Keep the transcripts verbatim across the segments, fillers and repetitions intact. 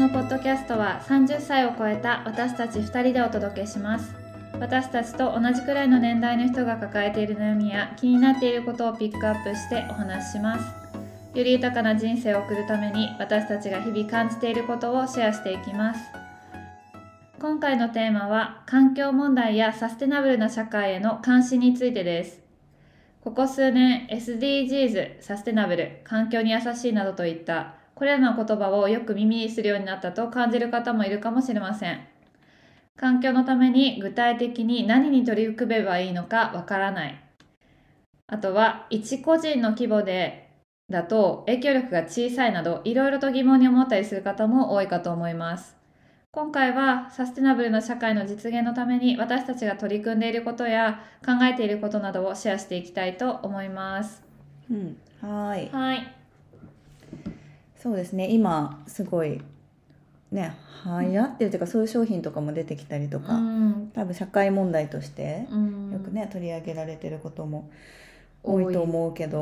のポッドキャストはさんじゅっさいを超えた私たちふたりでお届けします。私たちと同じくらいの年代の人が抱えている悩みや気になっていることをピックアップしてお話しします。より豊かな人生を送るために私たちが日々感じていることをシェアしていきます。今回のテーマは環境問題やサステナブルな社会への関心についてです。ここ数年 エスディージーズ、サステナブル、環境に優しいなどといったこれらの言葉をよく耳にするようになったと感じる方もいるかもしれません。環境のために具体的に何に取り組めばいいのかわからない。あとは一個人の規模でだと影響力が小さいなどいろいろと疑問に思ったりする方も多いかと思います。今回はサステナブルな社会の実現のために私たちが取り組んでいることや考えていることなどをシェアしていきたいと思います。 うん、はい。 はい。 そうですね。今すごいね、流行ってるというか、そういう商品とかも出てきたりとか、 うん、 多分社会問題としてうんよくね取り上げられてることも多いと思うけど、 うん、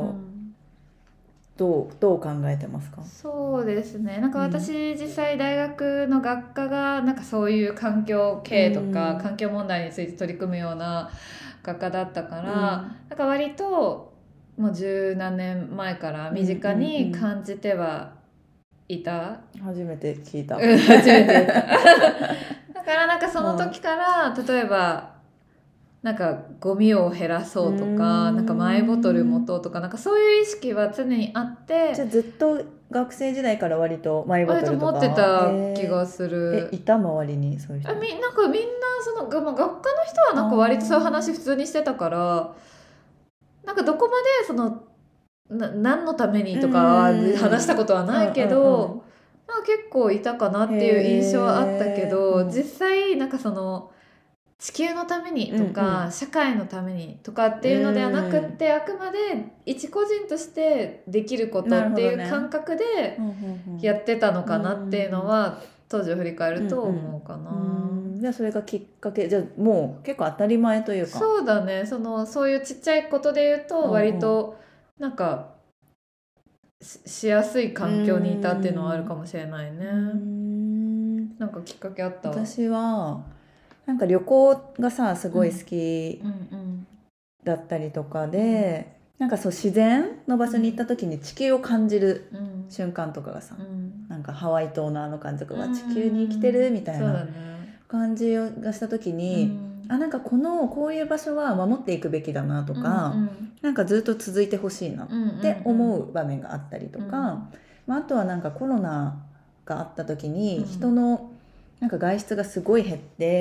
どうどう考えてますか？ そうですね。なんか私、実際大学の学科がなんかそういう環境系とか、 うん環境問題について取り組むような学科だったから、 うんなんか割ともう十何年前から身近に感じてはいた。 初めて聞いた。 うん初めて言った。だからなんかその時から例えばなんかゴミを減らそうとか、 うんなんかマイボトル持とうとか、なんかそういう意識は常にあって、 じゃあずっと学生時代から割とマイボ割とトルとか持ってた気がすえる。 いた周りにそういう人？ あみなんかみんなその、まあ、学科の人はなんか割とそういう話普通にしてたから、なんかどこまでそのな何のためにとか話したことはないけど、 うんうんうん、 なんか結構いたかなっていう印象はあったけど、 へーうん実際なんかその地球のためにとか、 うんうん社会のためにとかっていうのではなくって、あくまで一個人としてできることっていう感覚でやってたのかなっていうのは当時を振り返ると思うかな。 うんうん、じゃあそれがきっかけ、じゃあもう結構当たり前というか。 そうだね。そのそういうちっちゃいことで言うと割となんかししやすい環境にいたっていうのはあるかもしれないね。 うんなんかきっかけあった？ 私はなんか旅行がさすごい好きうんうんだったりとかで、なんかそう自然の場所に行った時に地球を感じるうん瞬間とかがさ、 うんなんかハワイ島のあの感覚はうん地球に生きてるみたいなそうだね。 感じがした時うに、 んあなんかこのこういう場所は守っていくべきだなとか、 うんなんかずっと続いてほしいなって思う場面があったりとか、 うんまあ、あとはなんかコロナがあった時にうん人のなんか外出がすごい減って、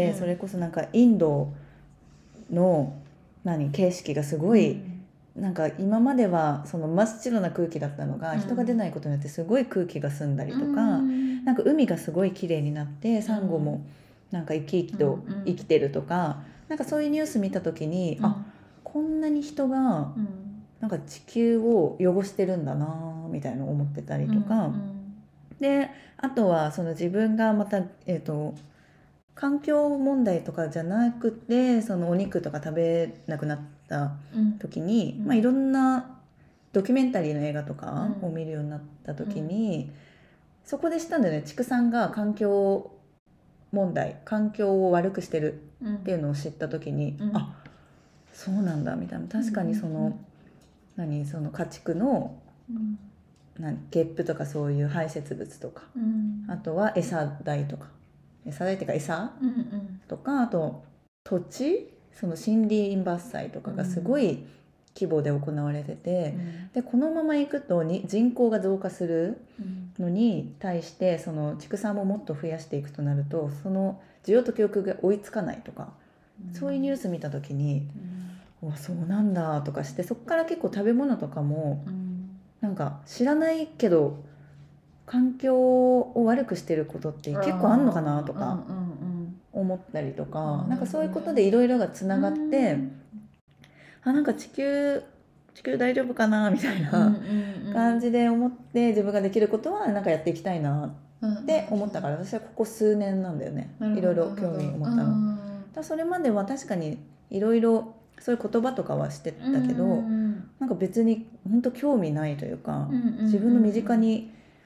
うんそれこそなんかインドの何景色がすごい、 うんなんか今まではその真っ白な空気だったのが、 うん人が出ないことによってすごい空気が澄んだりとか、 うんなんか海がすごい綺麗になってサンゴもなんか生き生きと生きてるとか、なんかそういうニュース見た時に、 うんあこんなに人がうんなんか地球を汚してるんだなみたいな思ってたりとか、 うんであとはその自分がまた、えーと環境問題とかじゃなくて、そのお肉とか食べなくなったうん時に、 うんまあ、いろんなドキュメンタリーの映画とかを見るようになった時に、そこで知ったんだよね。畜産が環境問題、環境を悪くしてるっていうのを知った時に、 うんあそうなんだみたいな。確かにその、 うん何その家畜のうん何ゲップとかそういう排泄物とか、 うんあとは餌代とか、餌代っていうか餌うんうんとか、あと土地、その森林伐採とかがすごい規模で行われてて、 うんでこのままいくとに人口が増加するうんのに対してその畜産ももっと増やしていくとなると、その需要と供給が追いつかないとか、そういうニュース見た時に、うわそうなんだとかして、そこから結構食べ物とかもうんなんか知らないけど環境を悪くしてることって結構あんのかなとかうんうん思ったりとか、 うんなんかそういうことでいろいろがつながって、 うんあなんか地球地球大丈夫かなみたいうんなうん感じで思って、自分ができることはなんかやっていきたいなって思ったから、私はここ数年なんだよね、いろいろ興味を持ったの。だからそれまでは確かにいろいろそういう言葉とかはしてたけど、 うんなんか別に本当興味ないというか、 うんうんうん自分の身近に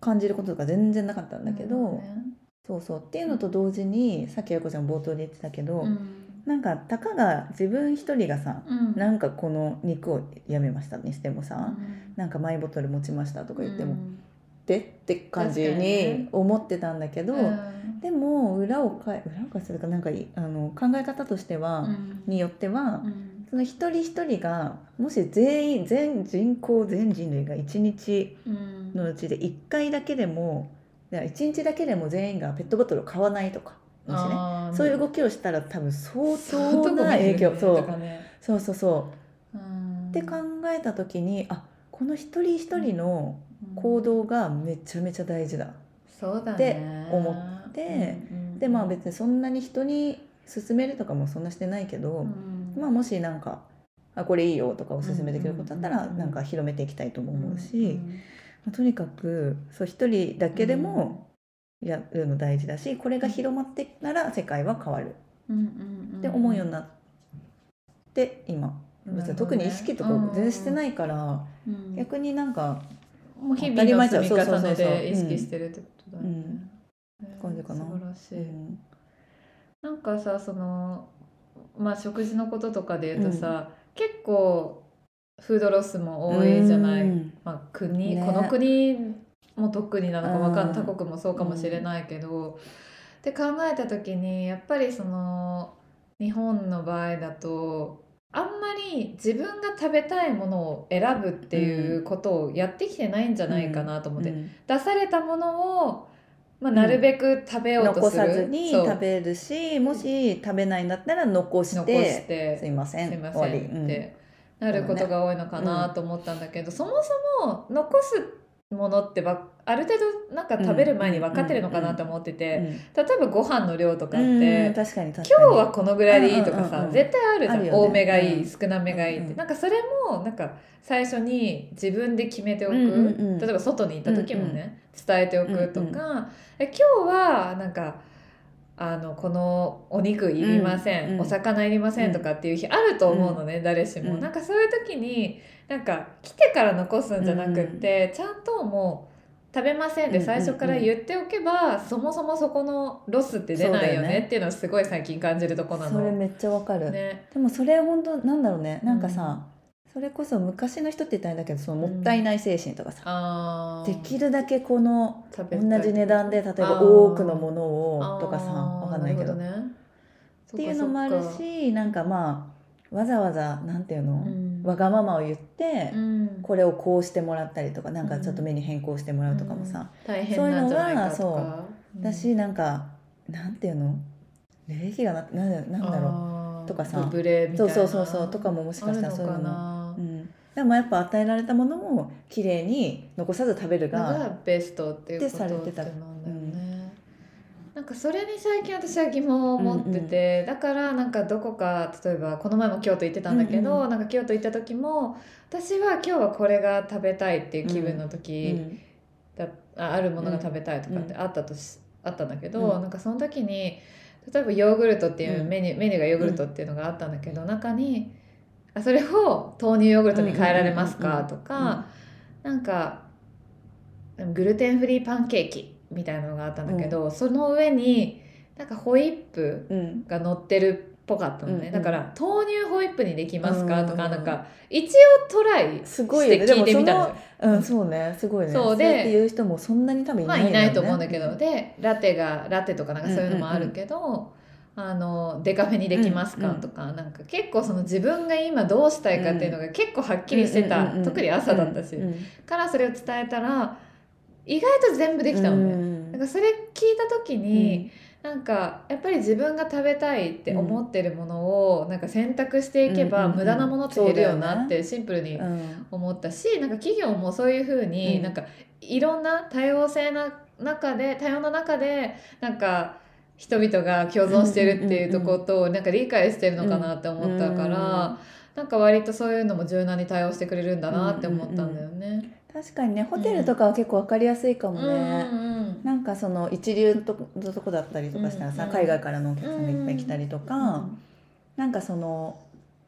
感じることとか全然なかったんだけど、 ね、 そうそうっていうのと同時に、さっきあやこちゃん冒頭で言ってたけど、 うん、 なんかたかが自分一人がさ、 うん、 なんかこの肉をやめましたにしてもさ、 うん、 なんかマイボトル持ちましたとか言っても、 うん、 でって感じに思ってたんだけど、 うん、 でも裏をかえ裏を返すとかなんかあの考え方としては、うん、によっては、うん、その一人一人がもし全員全人口全人類がいちにちのうちでいっかいだけでも、いちにちだけでも全員がペットボトルを買わないとか、もしね、そういう動きをしたら多分相当な影響、ね、そう、ね、そうそうそう、うん、って考えた時に、あ、この一人一人の行動がめちゃめちゃ大事だって思って、うん、でまあ別にそんなに人に勧めるとかもそんなしてないけど、うん、まあもしなんかあこれいいよとかおすすめできることだったらなんか広めていきたいとも思うし、うんうん、まあ、とにかくそう一人だけでもやるの大事だし、これが広まってなら世界は変わるって思うようになって今別に特に意識とか全然してないから、うん、逆になんかもう日々の積み重ねで意識してるってことだよね。 感じかな。 素晴らしい。うん、なんかさ、そのまあ食事のこととかで言うとさ、うん、結構フードロスも多いじゃない。まあ国、ね、この国も特になのかわかんない、他国もそうかもしれないけど、って考えた時にやっぱりその日本の場合だと。あんまり自分が食べたいものを選ぶっていうことをやってきてないんじゃないかなと思って、うんうん、出されたものを、まあ、なるべく食べようとする、 うん、残さずに食べるし、もし食べないんだったら残して、残してすいません、 すいませんってなることが多いのかなと思ったんだけど、うん、そもそも残すものってばある程度なんか食べる前に分かってるのかなと思ってて、うんうんうん、例えばご飯の量とかって、うん、確かに確かに今日はこのぐらいでいいとかさ、うんうんうん、絶対あるじゃん、ね、多めがいい、うん、少なめがいいって、うんうん、なんかそれもなんか最初に自分で決めておく、うんうんうん、例えば外に行った時もね、うんうん、伝えておくとか、うんうん、え今日はなんかあのこのお肉いりません、うんうん、お魚いりませんとかっていう日あると思うのね、うん、誰しも、うん、なんかそういう時になんか来てから残すんじゃなくって、うん、ちゃんともう食べませんで最初から言っておけば、うんうんうん、そもそもそこのロスって出ないよねっていうのはすごい最近感じるとこなの。 それめっちゃわかる、ね、でもそれ本当なんだろうね、なんかさ、うん、それこそ昔の人って言ったらいいんだけど、そのもったいない精神とかさ、うん、できるだけこの同じ値段で例えば多くのものをとかさ、わかんないけど、ね、っていうのもあるし、なんかまあわざわざなんていうの、うん、わがままを言って、うん、これをこうしてもらったりとか、なんかちょっとメニュー変更してもらうとかもさ、 うん、大変なんじゃないかとか、 そういうのがそうだし、なんかなんていうの礼儀がな、な、なんだろうとかさ、 ブレみたいな、 そうそうそうそうとかももしかしたらそういうのも、うん、でもやっぱ与えられたものをきれいに残さず食べるが、 がベストっていうことってなんだよね。なんかそれに最近私は疑問を持ってて、うんうん、だからなんかどこか例えばこの前も京都行ってたんだけど、うんうん、なんか京都行った時も私は今日はこれが食べたいっていう気分の時、うんうん、だ あ, あるものが食べたいとかってあったとし、うん、あったんだけど、うん、なんかその時に例えばヨーグルトっていうメニュー、うん、メニューがヨーグルトっていうのがあったんだけど、中にあそれを豆乳ヨーグルトに変えられますかとか、なんかグルテンフリーパンケーキみたいなのがあったんだけど、うん、その上になんかホイップが乗ってるっぽかったのね、うん、だから豆乳ホイップにできますか、うん、とかなんか一応トライして聞いてみたんですよ。 うん、そうね、すごいね。そうで、そうやって言う人もそんなに多分いない、ね、 まあいないと思うんだけど、でラテがラテとかなんかそういうのもあるけど、うんうんうん、あのデカフェにできますか、うんうん、とかなんか結構その自分が今どうしたいかっていうのが結構はっきりしてた、うんうんうんうん、特に朝だったし、うんうん、からそれを伝えたら意外と全部できたのね、うん、だからそれ聞いた時に、うん、なんかやっぱり自分が食べたいって思ってるものをなんか選択していけば、うん、無駄なものって減るよなってシンプルに思ったし、うん、なんか企業もそういう風に、うん、なんかいろんな多様性な中で多様な中でなんか人々が共存してるっていうところとなんか理解してるのかなって思ったから、なんか割とそういうのも柔軟に対応してくれるんだなって思ったんだよね、うんうんうん、 確かにね、ホテルとかは結構分かりやすいかもね、うんうんうん、なんかその一流のとこだったりとかしたらさ、うんうん、海外からのお客さんがいっぱい来たりとか、うんうん、なんかその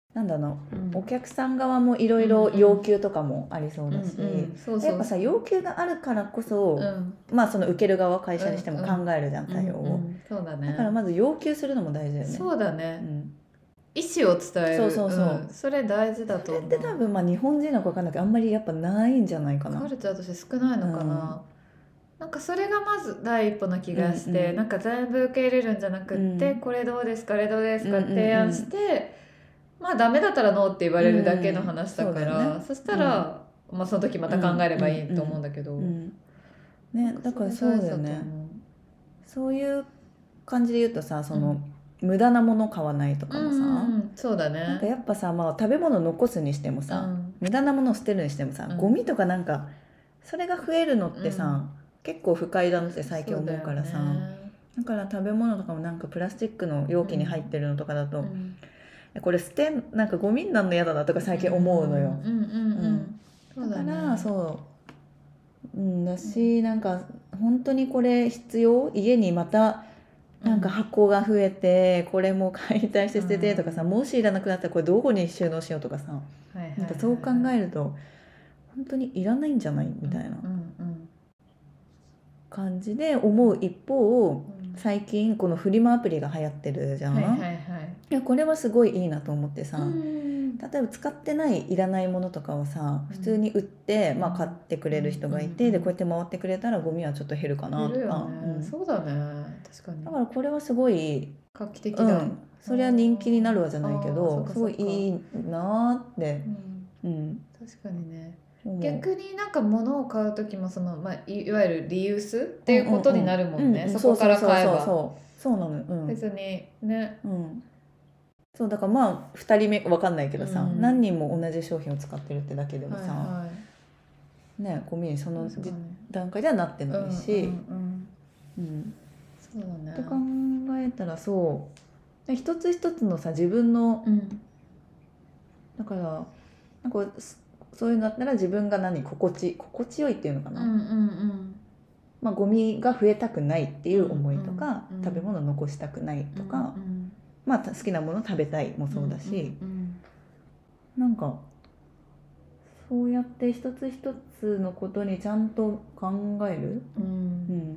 なんだろう、うん、お客さん側もいろいろ要求とかもありそうだし、やっぱさ要求があるからこそ、うん、まあその受ける側会社にしても考えるじゃん、うん、対応を、うんうん、そうだね、だからまず要求するのも大事だよね。 そうだね、うん、意思を伝える、そうそうそう、うん、それ大事だと思う。 それって多分まあ日本人の子分かんないけどあんまりやっぱないんじゃないかな。 カルチャーとして少ないのかな、うん、なんかそれがまず第一歩な気がして、うんうん、なんか全部受け入れるんじゃなくって、うん、これどうですかあれどうですかって提案して、うんうんうん、まあダメだったらノーって言われるだけの話だから、うん そ, ね、そしたら、うん、まあその時また考えればいいと思うんだけど、うんうんうん、ね、だからそうだよね。そういう感じで言うとさ、その、うん、無駄なもの買わないとかもさ、うん、 そうだね、 なんかやっぱさ、まあ、食べ物残すにしてもさ、うん、無駄なものを捨てるにしてもさ、うん、ゴミとかなんかそれが増えるのってさ、うん、結構不快だなって最近思うからさ、 だ,、ね、だから食べ物とかもなんかプラスチックの容器に入ってるのとかだと、うんうん、これ捨てんなんかゴミになるの嫌だなとか最近思うのよ。だからそううんだし、うん、なんか本当にこれ必要、家にまたなんか箱が増えて、うん、これも解体して捨ててとかさ、うん、もしいらなくなったらこれどこに収納しようとかさ、はいはいはいはい、なんかそう考えると本当にいらないんじゃないみたいな感じで思う一方、うん、最近このフリマアプリが流行ってるじゃん、はいはいはい、いやこれはすごいいいなと思ってさ、うん、例えば使ってないいらないものとかをさ普通に売って、うん、まあ、買ってくれる人がいて、うん、でこうやって回ってくれたらゴミはちょっと減るかなとか、ね、うん、そうだね、確かに。だからこれはすごい画期的だ、うん、それは人気になるわじゃないけどすごいいいなって、 うんうん、確かにね。逆になんか物を買う時もその、まあ、いわゆるリユースっていうことになるもんね、そこから買えばそうなのよ、うん、別にね、うん、そうだからまあふたりめ分かんないけどさ、うん、何人も同じ商品を使ってるってだけでもさ、はいはい、ね、ゴミにその段階ではなってないし、うんうんうんうん、そうだね、と考えたらそう一つ一つのさ自分の、うん、だからなんかそういうのだったら自分が何心地心地よいっていうのかな、うんうんうん、まあ、ゴミが増えたくないっていう思いとか、うんうんうん、食べ物残したくないとか、うんうん、まあ、好きなもの食べたいもそうだし、うんうんうん、なんかそうやって一つ一つのことにちゃんと考える、うんうん、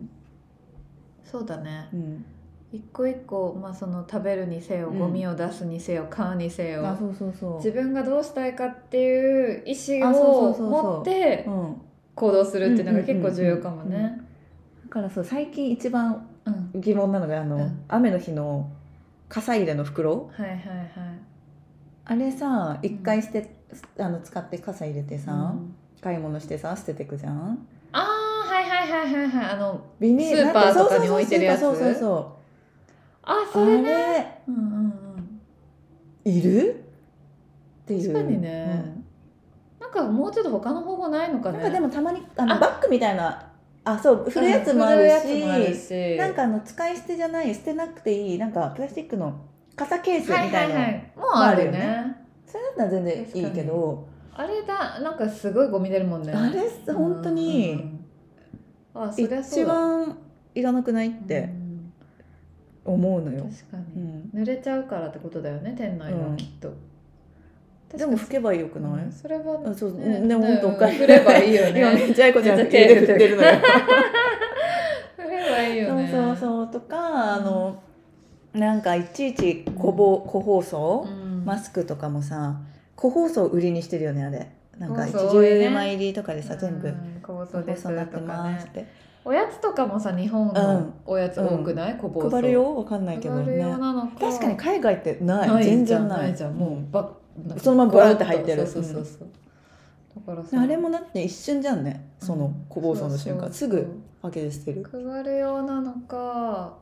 そうだね、うん、一個一個、まあ、その食べるにせよ、うん、ゴミを出すにせよ買うにせよ、あ、そうそうそう、自分がどうしたいかっていう意思を持って行動するっていうのが結構重要かもね。だからそう最近一番疑問なのが、あの、うん、雨の日の傘入れの袋、はいはいはい、あれさ一回して、うん、あの使って傘入れてさ、うん、買い物してさ捨ててくじゃん。ああはいはいはいはいはい、あのビニスーパーとかに置いてるやつ、そうそうそうそう、あそれね、あれ、うんうんうん、いるっていう。確かにね、うん、なんかもうちょっと他の方法ないのかね。なんかでもたまにあのバッグみたいな、あそう振るやつもあるし、うん、あるし、なんかあの使い捨てじゃない捨てなくていいなんかプラスチックの傘ケースみたいなのもあるよね、はいはいはい、もうあるね。それだったら全然いいけど、あれだなんかすごいゴミ出るもんね。あれ本当に、うん、あそりゃそうだ、一番いらなくないって思うのよ。確かに、うん、濡れちゃうからってことだよね店内は、うん、きっと。でも拭けばよくない、うん、それは、ね、そう、ね、でも本当おかしい、振ればいいよね。今めっちゃいこちゃん手で振ってるのよ。振ればいいよね。そうそうそうとか、うん、あのなんかいちいち個包、個包装、うん、マスクとかもさ個包装売りにしてるよねあれ。なんかいちじゅうまい入りとかでさ、ね、全部個包装ですになってますって、ね、おやつとかもさ日本のおやつ多くない、うん、個包装配るよわかんないけどね。配るよなのか確かに海外ってない、ない全然ない、ないじゃん、もうバッそのままバーって入ってる。そうそうそうそう、うん、だからさあれもだって一瞬じゃんね、その個包装の瞬間、うん、そうそうそうすぐ開けて捨てる。配るようなのか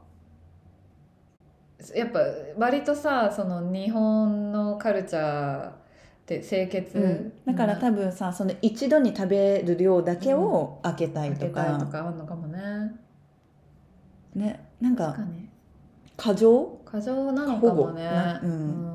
やっぱ割とさその日本のカルチャーで清潔、うん、だから多分さその一度に食べる量だけを開けたいとか、うん、開けたいとかあるのかもね。ね、なんか過剰過剰なのかもね、うん、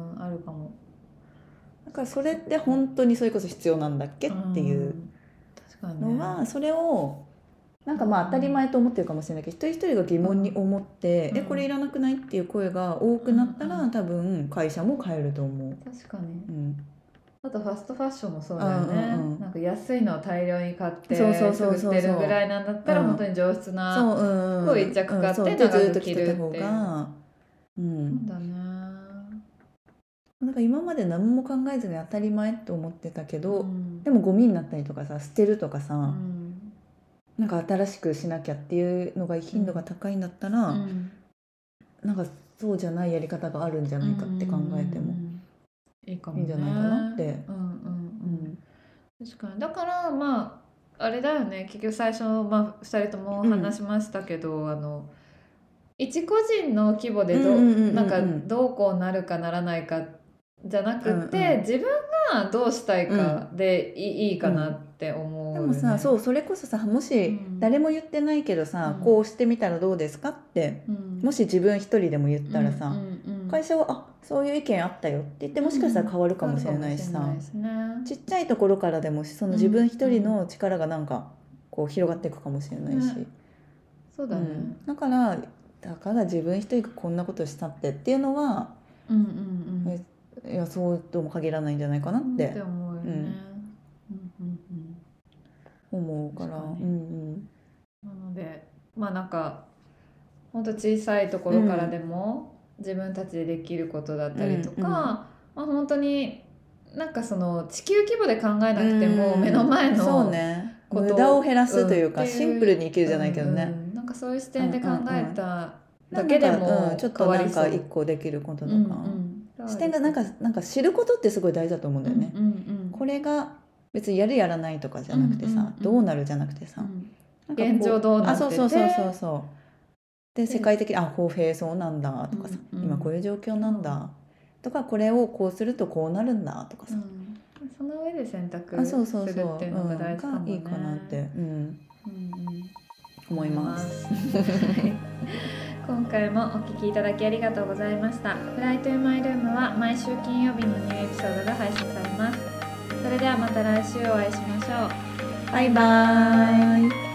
うん、あるかも。だからそれって本当にそれこそ必要なんだっけっていうのは、それをなんかまあ当たり前と思ってるかもしれないけど、一人一人が疑問に思って、うん、えこれいらなくないっていう声が多くなったら、うん、多分会社も変えると思う。 確かに、 うん、 あとファストファッションもそうだよね、うんうん、なんか安いのを大量に買ってすぐ捨てるぐらいなんだったら、本当に上質な服を一着買って長く着るっていう。そうだね。 なんか今まで何も考えずに当たり前って思ってたけど、うん、でもゴミになったりとかさ、捨てるとかさ、うん、なんか新しくしなきゃっていうのが頻度が高いんだったら、うん、なんかそうじゃないやり方があるんじゃないかって考えてもいいんじゃないかなって。うんうんうん、 確かに。だからまああれだよね、結局最初、まあ、ふたりとも話しましたけど、うん、あの一個人の規模でどう、なんかどうこうなるかならないかじゃなくて、うんうん、自分がどうしたいかでいい、うん、いいかなって思う、ね、 でもさ、そうそれこそさ、もし誰も言ってないけどさ、うん、こうしてみたらどうですかって、うん、もし自分一人でも言ったらさ、うんうんうん、会社はあそういう意見あったよって言ってもしかしたら変わるかもしれないしさ、うんね、ちっちゃいところからでもその自分一人の力がなんかこう広がっていくかもしれないし、ね、 そうだね、うん、 だからだから自分一人がこんなことしたってっていうのは、うんうんうん、いやそうとも限らないんじゃないかなって、 って思うよね、うんうんうん、思うから、うんうん、 なのでまあなんかほんと小さいところからでも自分たちでできることだったりとか、うんうん、まあ本当になんかその地球規模で考えなくても目の前のこと、 そうね、無駄を減らすというか、うん、シンプルに生きるじゃないけどね、 うんうん、なんかそういう視点で考えただけでも、 うん、ちょっとなんか一個できることとか、うんうん、視点がなんかなんか知ることってすごい大事だと思うんだよね、うんうんうん、これが別にやるやらないとかじゃなくてさ、うんうんうん、どうなるじゃなくてさ、うん、 なんか現状どうなってて、 あ、そうそうそうそうそうで世界的にあこうへえそうなんだとかさ、うんうん、今こういう状況なんだ、うん、とかこれをこうするとこうなるんだとかさ、うん、 その上で選択するっていうのが大事かもね、 いいかなって、うんうんうん、思います今回もお聞きいただきありがとうございました。フライトゥーマイルームは毎週金曜日にニューエピソードが配信されます。それではまた来週お会いしましょう。 バイバーイ。